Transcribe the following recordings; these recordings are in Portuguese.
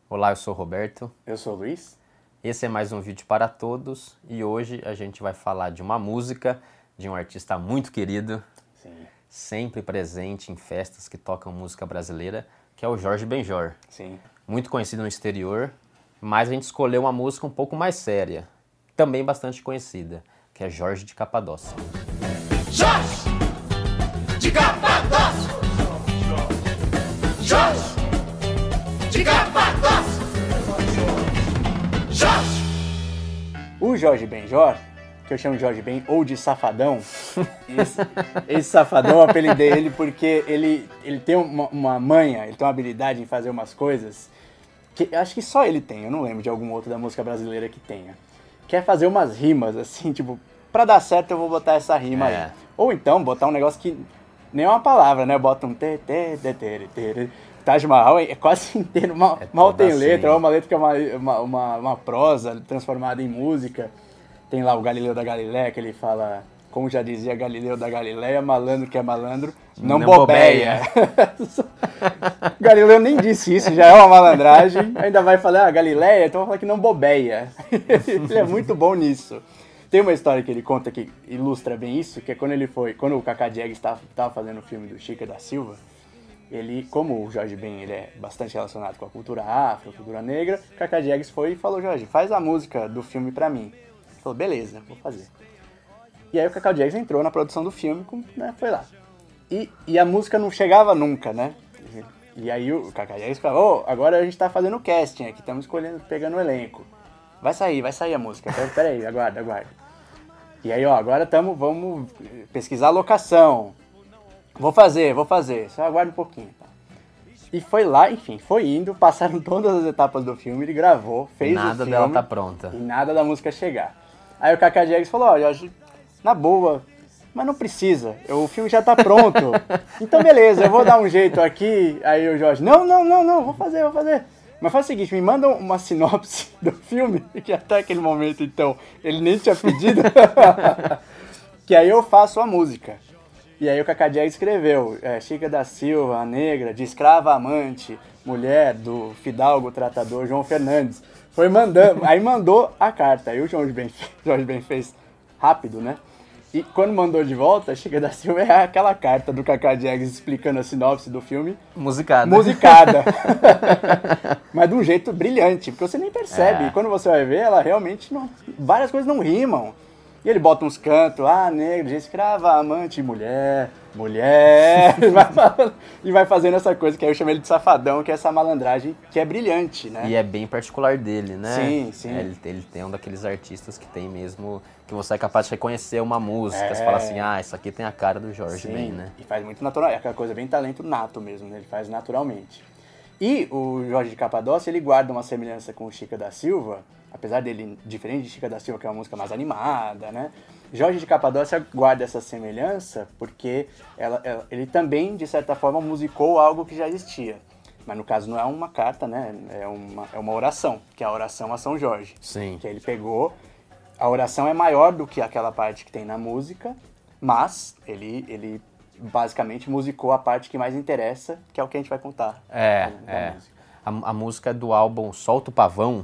Olá, eu sou o Roberto. Eu sou o Luiz. Esse é mais um vídeo para todos e hoje a gente vai falar de uma música de um artista muito querido, Sim. sempre presente em festas que tocam música brasileira, que é o Jorge Benjor. Sim. Muito conhecido no exterior, mas a gente escolheu uma música um pouco mais séria, também bastante conhecida, que é Jorge de Capadócia. Jorge de Capadócia! Jorge de Capadócia! Jorge! O Jorge Benjor, que eu chamo de Jorge Ben ou de Safadão, esse Safadão eu apelidei ele porque ele tem uma manha, ele tem uma habilidade em fazer umas coisas que eu acho que só ele tem, eu não lembro de algum outro da música brasileira que tenha. Que é fazer umas rimas assim, tipo, pra dar certo eu vou botar essa rima aí. Ou então botar um negócio que nem é uma palavra, né? Bota um Taj Mahal é quase inteiro, mal tem letra, ou uma letra que é uma prosa transformada em música. Tem lá o Galileu da Galileia, que ele fala, como já dizia Galileu da Galileia, malandro que é malandro, não bobeia. Galileu nem disse isso, já é uma malandragem, ainda vai falar, Galileia, então vai falar que não bobeia. Ele é muito bom nisso. Tem uma história que ele conta que ilustra bem isso, que é quando o Cacá Diegues estava fazendo o filme do Chica da Silva, ele, como o Jorge Ben, ele é bastante relacionado com a cultura afro, a cultura negra, o Cacá Diegues foi e falou, Jorge, faz a música do filme pra mim. Ele falou, beleza, vou fazer. E aí o Cacá Diegues entrou na produção do filme, né, foi lá. E a música não chegava nunca, né? E aí o Cacá Diegues falou, agora a gente tá fazendo o casting aqui, estamos pegando o elenco. Vai sair a música, peraí, aguarda. E aí, agora vamos pesquisar a locação. Vou fazer, só aguarda um pouquinho. Tá? E foi lá, enfim, foi indo, passaram todas as etapas do filme, ele gravou, fez o filme. Nada dela tá pronta. E nada da música chegar. Aí o Cacá Diegues falou, Jorge, na boa, mas não precisa, o filme já tá pronto. Então beleza, eu vou dar um jeito aqui. Aí o Jorge, não, vou fazer. Mas faz o seguinte, me manda uma sinopse do filme, que até aquele momento, então, ele nem tinha pedido, que aí eu faço a música. E aí o Cacá Diegues escreveu, Chica da Silva, a negra, de escrava amante, mulher do fidalgo tratador João Fernandes. Foi mandando, aí mandou a carta, aí o Jorge Ben fez rápido, né? E quando mandou de volta, Chica da Silva é aquela carta do Cacá Diegues explicando a sinopse do filme. Musicada. Mas de um jeito brilhante, porque você nem percebe. E quando você vai ver, ela realmente não... Várias coisas não rimam. E ele bota uns cantos, negro, de escrava, amante, mulher... e vai fazendo essa coisa, que aí eu chamo ele de Safadão, que é essa malandragem que é brilhante, né? E é bem particular dele, né? Sim. Ele tem um daqueles artistas que tem mesmo, que você é capaz de reconhecer uma música, você fala assim, isso aqui tem a cara do Jorge Ben, né? E faz muito natural, é aquela coisa bem talento nato mesmo, né? Ele faz naturalmente. E o Jorge de Capadócia, ele guarda uma semelhança com o Chica da Silva, apesar dele, diferente de Chica da Silva, que é uma música mais animada, né? Jorge de Capadócia guarda essa semelhança porque ele também, de certa forma, musicou algo que já existia. Mas no caso não é uma carta, né? É uma oração, que é a oração a São Jorge. Sim. Que ele pegou, a oração é maior do que aquela parte que tem na música, mas ele basicamente musicou a parte que mais interessa, que é o que a gente vai contar. A música é do álbum Solta o Pavão,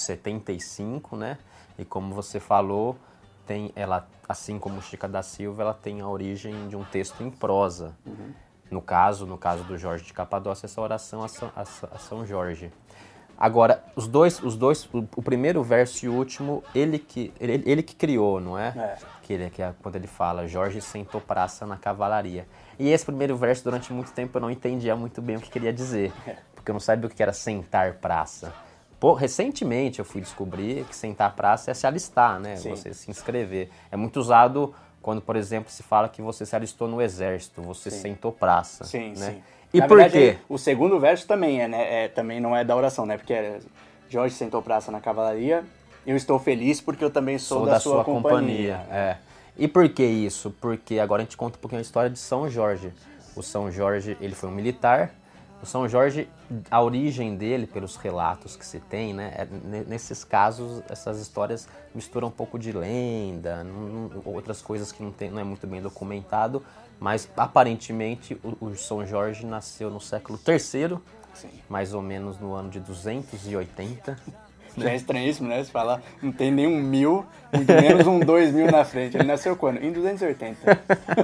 75, né? E como você falou, ela, assim como Chica da Silva, ela tem a origem de um texto em prosa. Uhum. No caso do Jorge de Capadócia, essa oração a São Jorge. Agora, os dois, o primeiro verso e o último, ele que criou, não é? Que é quando ele fala, Jorge sentou praça na cavalaria. E esse primeiro verso, durante muito tempo, eu não entendia muito bem o que queria dizer. Porque eu não sabia o que era sentar praça. Recentemente eu fui descobrir que sentar praça é se alistar, né? Sim. Você se inscrever. É muito usado quando, por exemplo, se fala que você se alistou no exército, você sentou praça. Sim, né? sim. E Na por verdade, quê? O segundo verso também né? Também não é da oração, né? Porque Jorge sentou praça na cavalaria, eu estou feliz porque eu também sou da sua companhia. E por que isso? Porque agora a gente conta um pouquinho a história de São Jorge. O São Jorge, ele foi um militar. O São Jorge, a origem dele, pelos relatos que se tem, né? Nesses casos, essas histórias misturam um pouco de lenda, outras coisas que não é muito bem documentado, mas aparentemente o São Jorge nasceu no século III Sim. mais ou menos no ano de 280. Já é estranhíssimo, né? Você fala, não tem nenhum 1000, muito menos um 2000 na frente. Ele nasceu quando? Em 280.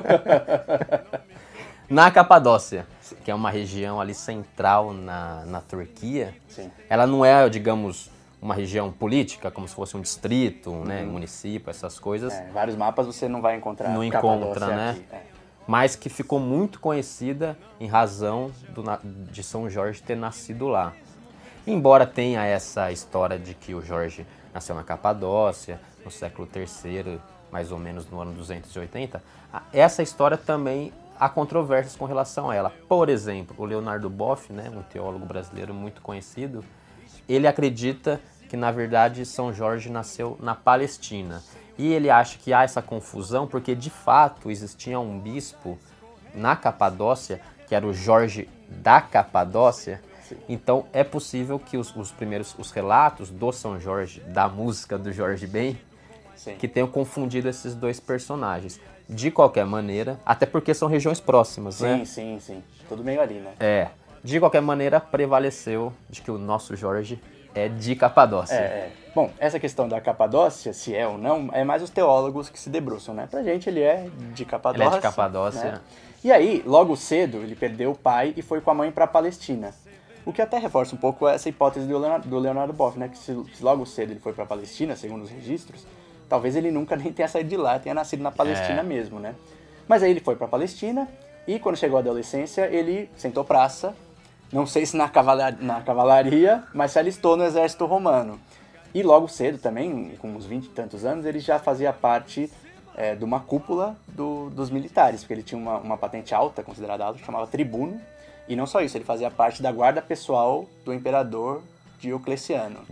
Na Capadócia, que é uma região ali central na Turquia. Sim. Ela não é, digamos, uma região política, como se fosse um distrito, né, município, essas coisas. Vários mapas você não vai encontrar. Não encontra, né? Aqui. Mas que ficou muito conhecida em razão de São Jorge ter nascido lá. Embora tenha essa história de que o Jorge nasceu na Capadócia, no século III, mais ou menos no ano 280, essa história também há controvérsias com relação a ela. Por exemplo, o Leonardo Boff, né, um teólogo brasileiro muito conhecido, ele acredita que, na verdade, São Jorge nasceu na Palestina. E ele acha que há essa confusão porque, de fato, existia um bispo na Capadócia, que era o Jorge da Capadócia. Então, é possível que os primeiros relatos do São Jorge, da música do Jorge Ben, Sim. que tenham confundido esses dois personagens. De qualquer maneira, até porque são regiões próximas, né? Sim. Tudo meio ali, né? De qualquer maneira, prevaleceu de que o nosso Jorge é de Capadócia. Bom, essa questão da Capadócia, se é ou não, é mais os teólogos que se debruçam, né? Pra gente ele é de Capadócia. Ele é de Capadócia. Né? E aí, logo cedo, ele perdeu o pai e foi com a mãe pra Palestina. O que até reforça um pouco essa hipótese do Leonardo Boff, né? Que se logo cedo ele foi pra Palestina, segundo os registros, talvez ele nunca nem tenha saído de lá, tenha nascido na Palestina mesmo, né? Mas aí ele foi pra Palestina e quando chegou a adolescência, ele sentou praça, não sei se na cavalaria, mas se alistou no exército romano. E logo cedo também, com uns 20 e tantos anos, ele já fazia parte de uma cúpula dos militares, porque ele tinha uma patente alta, considerada alta, que chamava tribuno. E não só isso, ele fazia parte da guarda pessoal do imperador Diocleciano.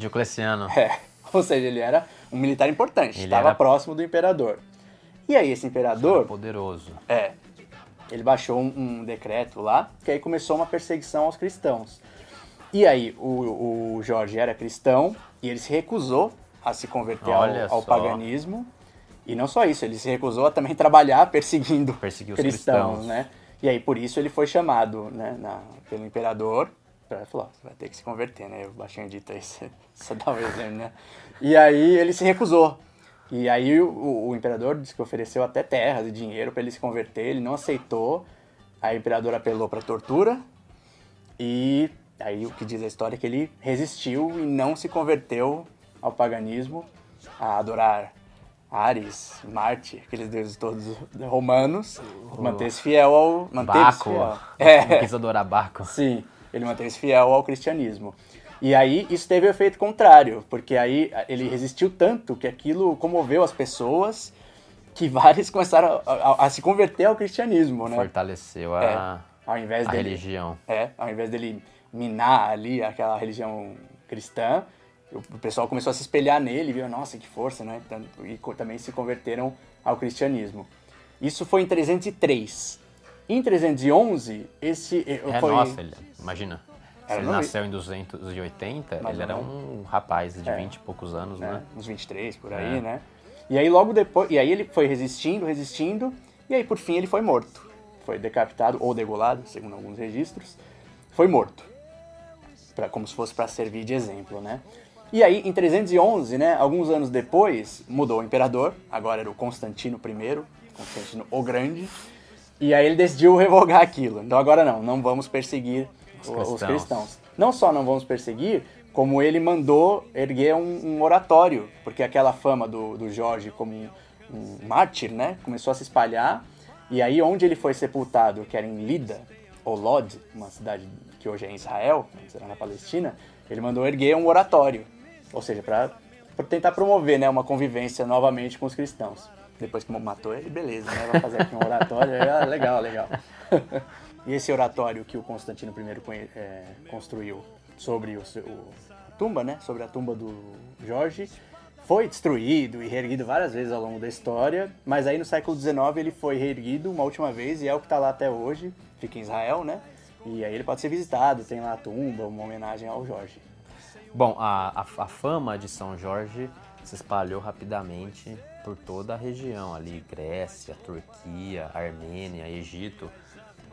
Ou seja, ele era um militar importante, estava próximo do imperador. E aí esse imperador... Poderoso. Ele baixou um decreto lá, que aí começou uma perseguição aos cristãos. E aí o Jorge era cristão e ele se recusou a se converter ao paganismo. E não só isso, ele se recusou a também trabalhar perseguindo os cristãos, né? E aí por isso ele foi chamado, né, pelo imperador. Ele falou, você vai ter que se converter, né? O baixinho dito aí, você dá o exemplo, né? E aí ele se recusou. E aí o imperador disse que ofereceu até terras e dinheiro para ele se converter, ele não aceitou. Aí o imperador apelou para tortura e aí o que diz a história é que ele resistiu e não se converteu ao paganismo, a adorar Ares, Marte, aqueles deuses todos romanos, manteve-se fiel ao... Baco. Não quis adorar Baco. Sim, ele manteve-se fiel ao cristianismo. E aí isso teve o efeito contrário, porque aí ele resistiu tanto que aquilo comoveu as pessoas que vários começaram a se converter ao cristianismo, né? Fortaleceu ao invés a dele, religião. Ao invés dele minar ali aquela religião cristã, o pessoal começou a se espelhar nele, viu? Nossa, que força, né? E também se converteram ao cristianismo. Isso foi em 303. Em 311, Imagina. Se ele nasceu em 280, ele era um rapaz de 20 e poucos anos, né? Uns 23, por aí, né? E aí logo depois... E aí ele foi resistindo, e aí por fim ele foi morto. Foi decapitado ou degolado, segundo alguns registros. Foi morto. Como se fosse para servir de exemplo, né? E aí, em 311, né, alguns anos depois, mudou o imperador. Agora era o Constantino I, Constantino o Grande. E aí ele decidiu revogar aquilo. Então agora não vamos perseguir os cristãos. Não só não vamos perseguir, como ele mandou erguer um oratório, porque aquela fama do Jorge como um mártir, né, começou a se espalhar, e aí onde ele foi sepultado, que era em Lida, ou Lod, uma cidade que hoje é em Israel, antes era na Palestina, ele mandou erguer um oratório, ou seja, para tentar promover, né, uma convivência novamente com os cristãos. Depois que matou ele, beleza, né, vai fazer aqui um oratório, legal. E esse oratório que o Constantino I construiu sobre a tumba, né? Sobre a tumba do Jorge, foi destruído e reerguido várias vezes ao longo da história, mas aí no século XIX ele foi reerguido uma última vez e é o que está lá até hoje, fica em Israel, né? E aí ele pode ser visitado, tem lá a tumba, uma homenagem ao Jorge. Bom, a fama de São Jorge se espalhou rapidamente por toda a região ali, Grécia, Turquia, Armênia, Egito.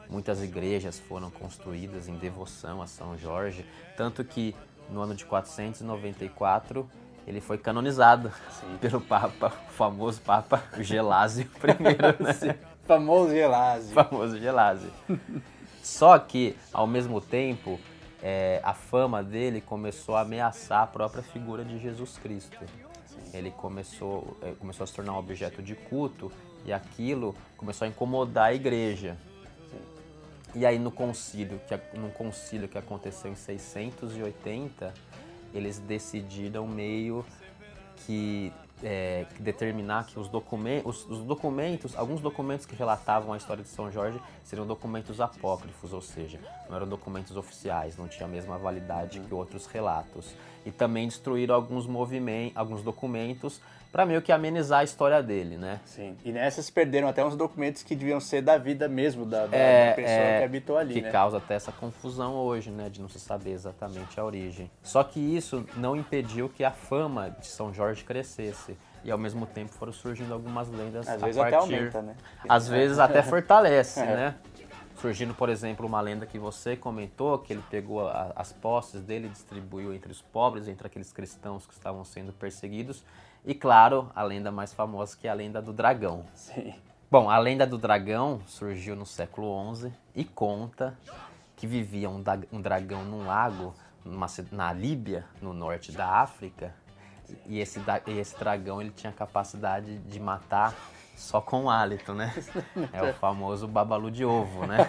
muitas igrejas foram construídas em devoção a São Jorge, tanto que no ano de 494 ele foi canonizado pelo Papa, o famoso Papa Gelásio I, né? Sim, famoso Gelásio. Famoso Gelásio. Só que, ao mesmo tempo, a fama dele começou a ameaçar a própria figura de Jesus Cristo. Ele começou a se tornar um objeto de culto e aquilo começou a incomodar a igreja. E aí, num concílio que aconteceu em 680, eles decidiram meio que determinar que alguns documentos que relatavam a história de São Jorge seriam documentos apócrifos, ou seja, não eram documentos oficiais, não tinham a mesma validade que outros relatos. E também destruíram alguns documentos para meio que amenizar a história dele, né? Sim, e nessas perderam até uns documentos que deviam ser da vida mesmo da pessoa que habitou ali, que né? causa até essa confusão hoje, né? De não se saber exatamente a origem. Só que isso não impediu que a fama de São Jorge crescesse. E ao mesmo tempo foram surgindo algumas lendas Às vezes até aumenta, né? Às vezes até fortalece, né? Surgindo, por exemplo, uma lenda que você comentou, que ele pegou as posses dele e distribuiu entre os pobres, entre aqueles cristãos que estavam sendo perseguidos. E, claro, a lenda mais famosa, que é a lenda do dragão. Sim. Bom, a lenda do dragão surgiu no século XI e conta que vivia um dragão num lago na Líbia, no norte da África. E esse dragão ele tinha a capacidade de matar só com o hálito, né? É o famoso babalu de ovo, né?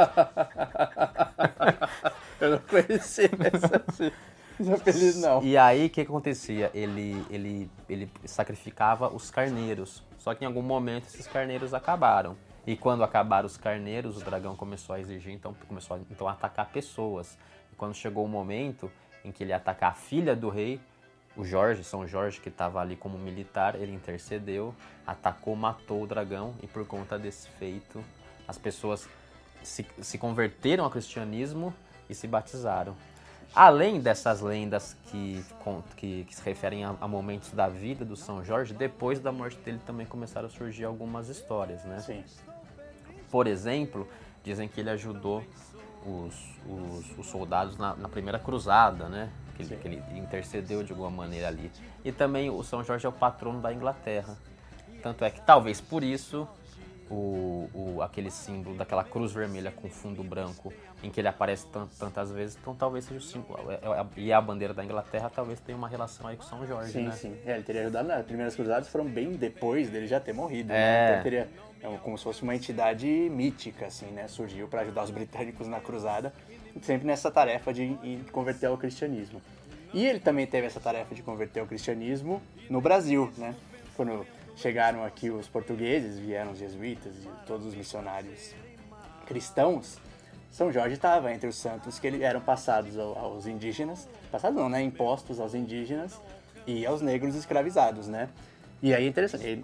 Eu não conhecia esse apelido, não. E aí, o que acontecia? Ele sacrificava os carneiros. Só que em algum momento esses carneiros acabaram. E quando acabaram os carneiros, o dragão começou a exigir, então começou a atacar pessoas. E quando chegou o momento em que ele ia atacar a filha do rei, o São Jorge, que estava ali como militar, ele intercedeu, atacou, matou o dragão, e por conta desse feito, as pessoas se converteram ao cristianismo e se batizaram. Além dessas lendas que se referem a momentos da vida do São Jorge, depois da morte dele também começaram a surgir algumas histórias, né? Sim. Por exemplo, dizem que ele ajudou os soldados na primeira cruzada, né? Que ele intercedeu de alguma maneira ali. E também o São Jorge é o patrono da Inglaterra. Tanto é que talvez por isso aquele símbolo daquela cruz vermelha com fundo branco em que ele aparece tantas vezes, então talvez seja o símbolo. E a bandeira da Inglaterra talvez tenha uma relação aí com São Jorge, sim, né? Sim, ele teria ajudado. As primeiras cruzadas foram bem depois dele já ter morrido, né? Então teria como se fosse uma entidade mítica, assim, né? Surgiu para ajudar os britânicos na cruzada, sempre nessa tarefa de converter ao cristianismo. E ele também teve essa tarefa de converter ao cristianismo no Brasil, né? Quando chegaram aqui os portugueses, vieram os jesuítas e todos os missionários cristãos, São Jorge estava entre os santos que eram passados aos indígenas, passados não, né? Impostos aos indígenas e aos negros escravizados, né? E aí é interessante,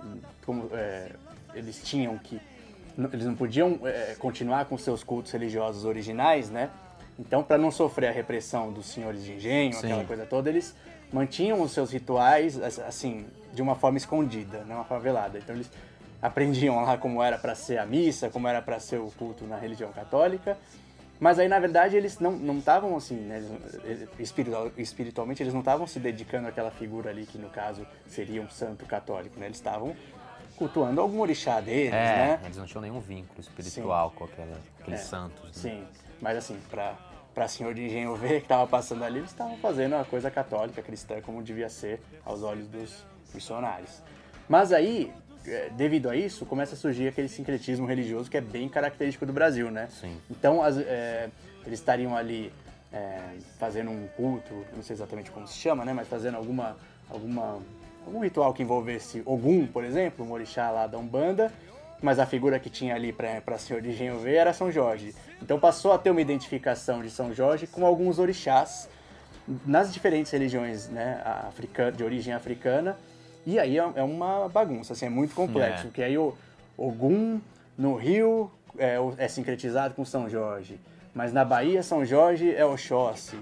eles tinham que... Eles não podiam continuar com seus cultos religiosos originais, né? Então, para não sofrer a repressão dos senhores de engenho, Sim. aquela coisa toda, eles mantinham os seus rituais, assim, de uma forma escondida, né? Uma forma velada. Então, eles aprendiam lá como era para ser a missa, como era para ser o culto na religião católica. Mas aí, na verdade, eles não estavam assim, né? Espiritualmente, eles não estavam se dedicando àquela figura ali, que no caso seria um santo católico, né? Eles estavam cultuando algum orixá deles, né? Eles não tinham nenhum vínculo espiritual com aqueles santos. Né? Sim, mas assim, para senhor de engenho ver que estava passando ali, eles estavam fazendo a coisa católica, cristã, como devia ser aos olhos dos missionários. Mas aí, devido a isso, começa a surgir aquele sincretismo religioso que é bem característico do Brasil, né? Sim. Então, eles estariam ali fazendo um culto, não sei exatamente como se chama, né? Mas fazendo algum ritual que envolvesse Ogum, por exemplo, um orixá lá da Umbanda, mas a figura que tinha ali para senhor de engenho ver era São Jorge. Então passou a ter uma identificação de São Jorge com alguns orixás nas diferentes religiões, né, de origem africana, e aí é uma bagunça, assim, é muito complexo, porque aí o Ogum no Rio é sincretizado com São Jorge, mas na Bahia São Jorge é Oxóssi,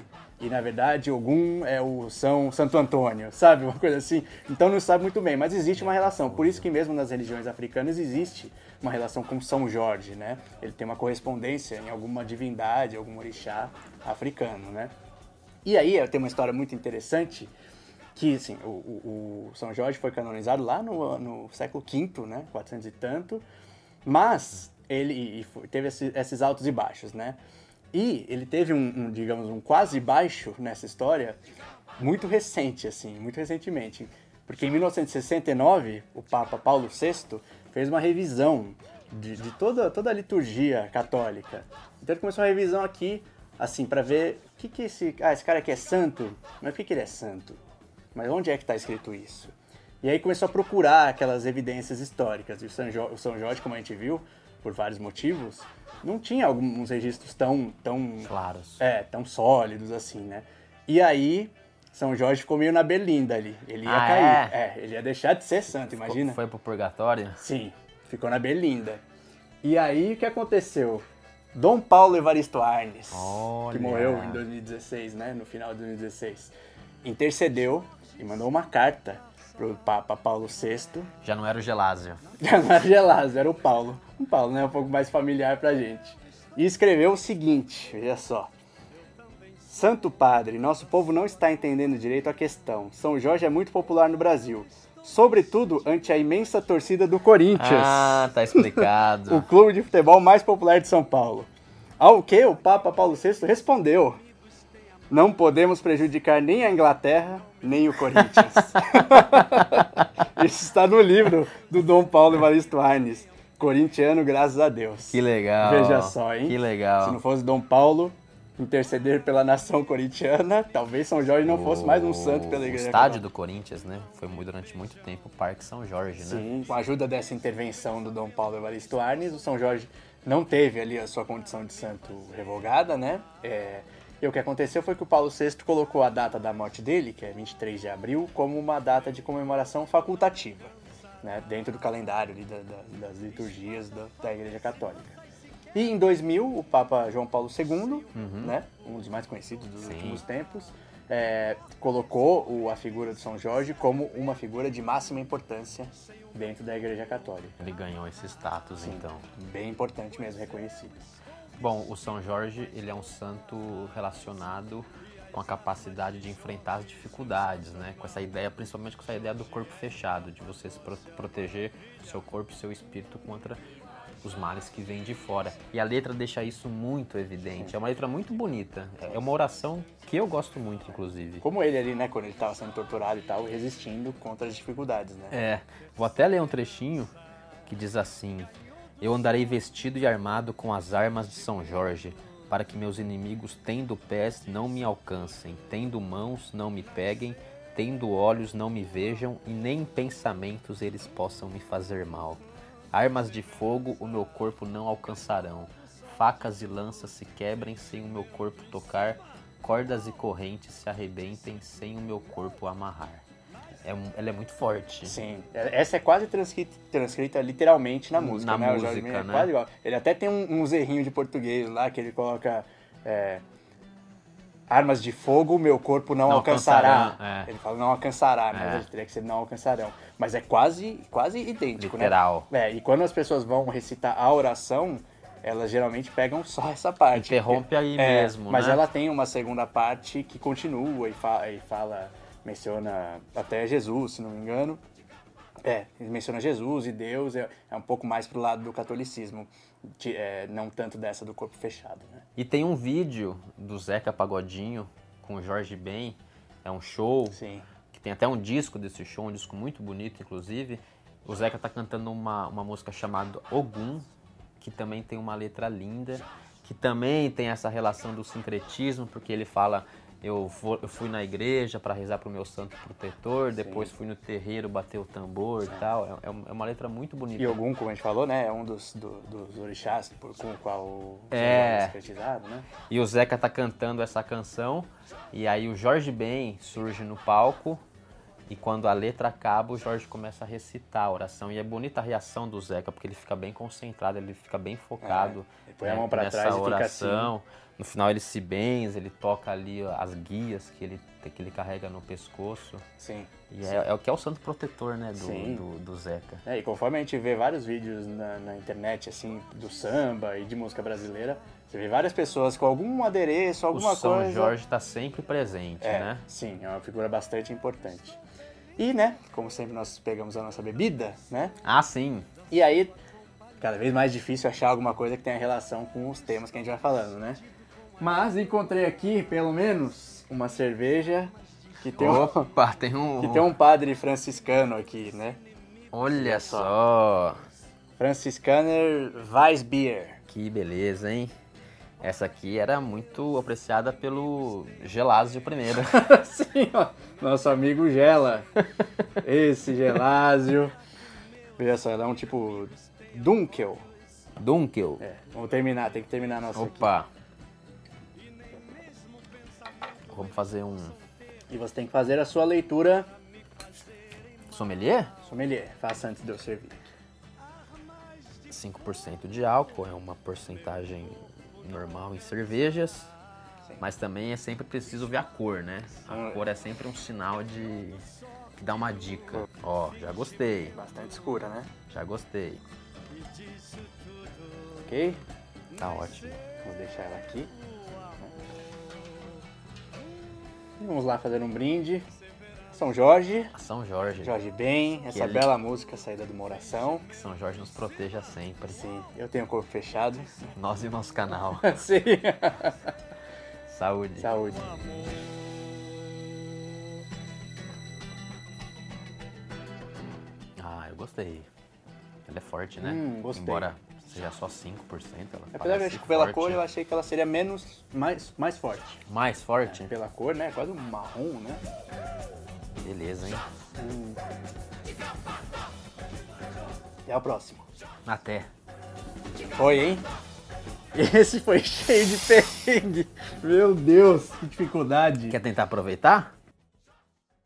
e na verdade Ogum é o Santo Antônio, sabe? Uma coisa assim. Então não sabe muito bem, mas existe uma relação. Por isso que mesmo nas religiões africanas existe uma relação com São Jorge, né? Ele tem uma correspondência em alguma divindade, algum orixá africano, né? E aí tem uma história muito interessante que, assim, o São Jorge foi canonizado lá no século V, né? 400 e tanto, mas ele teve esses altos e baixos, né? E ele teve digamos, um quase baixo nessa história muito recente, assim, muito recentemente. Porque em 1969, o Papa Paulo VI fez uma revisão de toda a liturgia católica. Então ele começou uma revisão aqui, assim, para ver o que esse cara aqui é santo, mas por que ele é santo? Mas onde é que está escrito isso? E aí começou a procurar aquelas evidências históricas. E o São Jorge, como a gente viu, por vários motivos, não tinha alguns registros tão claros. Tão sólidos assim, né? E aí, São Jorge ficou meio na berlinda ali. Ele ia cair. Ele ia deixar de ser santo, imagina. Foi pro purgatório? Sim, ficou na berlinda. E aí, o que aconteceu? Dom Paulo Evaristo Arnes, que morreu em 2016, né? No final de 2016, intercedeu e mandou uma carta pro Papa Paulo VI. Já não era o Gelásio. Já não era o Gelásio, era o Paulo. O Paulo, né? Um pouco mais familiar pra gente. E escreveu o seguinte, veja só. Santo Padre, nosso povo não está entendendo direito a questão. São Jorge é muito popular no Brasil. Sobretudo ante a imensa torcida do Corinthians. Ah, tá explicado. O clube de futebol mais popular de São Paulo. Ao que o Papa Paulo VI respondeu: não podemos prejudicar nem a Inglaterra, nem o Corinthians. Isso está no livro do Dom Paulo Evaristo Arnes. Corintiano, graças a Deus. Que legal. Veja só, hein? Que legal. Se não fosse Dom Paulo interceder pela nação corintiana, talvez São Jorge não fosse mais um santo pela igreja. O estádio do Corinthians, né? Foi durante muito tempo o Parque São Jorge, né? Sim, com a ajuda dessa intervenção do Dom Paulo Evaristo Arnes, o São Jorge não teve ali a sua condição de santo revogada, né? E o que aconteceu foi que o Paulo VI colocou a data da morte dele, que é 23 de abril, como uma data de comemoração facultativa, né? Dentro do calendário ali das liturgias da Igreja Católica. E em 2000, o Papa João Paulo II, né, um dos mais conhecidos dos últimos tempos, colocou a figura de São Jorge como uma figura de máxima importância dentro da Igreja Católica. Ele ganhou esse status, Sim, então. Bem importante mesmo, reconhecido. Bom, o São Jorge, ele é um santo relacionado com a capacidade de enfrentar as dificuldades, né? Com essa ideia, principalmente com essa ideia do corpo fechado, de você se proteger o seu corpo e seu espírito contra os males que vêm de fora. E a letra deixa isso muito evidente. Sim. É uma letra muito bonita. É uma oração que eu gosto muito, inclusive. Como ele ali, né, quando ele estava sendo torturado e tal, resistindo contra as dificuldades, né? Vou até ler um trechinho que diz assim: eu andarei vestido e armado com as armas de São Jorge, para que meus inimigos, tendo pés, não me alcancem, tendo mãos, não me peguem, tendo olhos, não me vejam, e nem em pensamentos eles possam me fazer mal. Armas de fogo o meu corpo não alcançarão, facas e lanças se quebrem sem o meu corpo tocar, cordas e correntes se arrebentem sem o meu corpo amarrar. Ela é muito forte. Sim, essa é quase transcrita literalmente na música, né? Música, o Jorge Ben é né? quase igual. Ele até tem uns errinhos de português lá, que ele coloca armas de fogo, meu corpo não alcançará. Ele fala não alcançará, mas teria que ser não alcançarão. Mas é quase idêntico, literal, né? E quando as pessoas vão recitar a oração, elas geralmente pegam só essa parte. Interrompe aí mesmo, mas né? ela tem uma segunda parte que continua e fala, menciona até Jesus, se não me engano. Ele menciona Jesus e Deus, é um pouco mais pro lado do catolicismo, não tanto dessa do corpo fechado, né? E tem um vídeo do Zeca Pagodinho com o Jorge Ben, é um show. Sim. Que tem até um disco desse show, um disco muito bonito, inclusive. O Zeca tá cantando uma música chamada Ogum, que também tem uma letra linda, que também tem essa relação do sincretismo, porque ele fala: eu fui na igreja para rezar pro meu santo protetor, depois fui no terreiro bater o tambor e tal. É uma letra muito bonita. E Ogum, como a gente falou, né, é um dos orixás com o qual o é sincretizado, né? E o Zeca tá cantando essa canção, e aí o Jorge Ben surge no palco E quando a letra acaba, o Jorge começa a recitar a oração. E é bonita a reação do Zeca, porque ele fica bem concentrado, ele fica bem focado, ele põe a mão pra trás e fica oração. assim. No final ele se benze, ele toca ali as guias que ele carrega no pescoço. Sim. E é o que é o santo protetor, né, Sim. do Zeca. E conforme a gente vê vários vídeos na internet, assim, do samba e de música brasileira, você vê várias pessoas com algum adereço, alguma O São coisa... Jorge está sempre presente, né? Sim, é uma figura bastante importante. E, né, como sempre nós pegamos a nossa bebida, né? Ah, sim. E aí, cada vez mais difícil achar alguma coisa que tenha relação com os temas que a gente vai falando, né? Mas encontrei aqui, pelo menos, uma cerveja que tem, Opa, tem que tem um padre franciscano aqui, né? Olha só. Franciscaner Weissbier. Que beleza, hein? Essa aqui era muito apreciada pelo Gelásio primeiro. Sim, ó, nosso amigo Gela. Esse Gelásio. Veja só, ela é um tipo Dunkel. Dunkel. Vamos terminar, tem que terminar a nossa aqui. Opa. Vamos fazer um E você tem que fazer a sua leitura sommelier? sommelier. Faça antes de eu servir. 5% de álcool, é uma porcentagem normal em cervejas, Sim. mas também é sempre preciso ver a cor, né? A cor é sempre um sinal que dá uma dica. Ó, já gostei, Bastante escura, né? já gostei. Ok? Tá ótimo. Vou deixar ela aqui. E vamos lá fazer um brinde. São Jorge. A São Jorge. Jorge bem, essa ele- bela música saída de uma oração. Que São Jorge nos proteja sempre. Sim, eu tenho o corpo fechado. Nós e o nosso canal. Sim. Saúde. Saúde. Ah, eu gostei. Ela é forte, né? Gostei. Embora seja só 5%, ela Apesar de parece acho que pela forte. cor eu achei que ela seria mais forte. Mais forte? Pela cor, né? Quase um marrom, né? Beleza, hein? E é o próximo. Até. Foi, hein? Esse foi cheio de perrengue. Meu Deus, que dificuldade. Quer tentar aproveitar?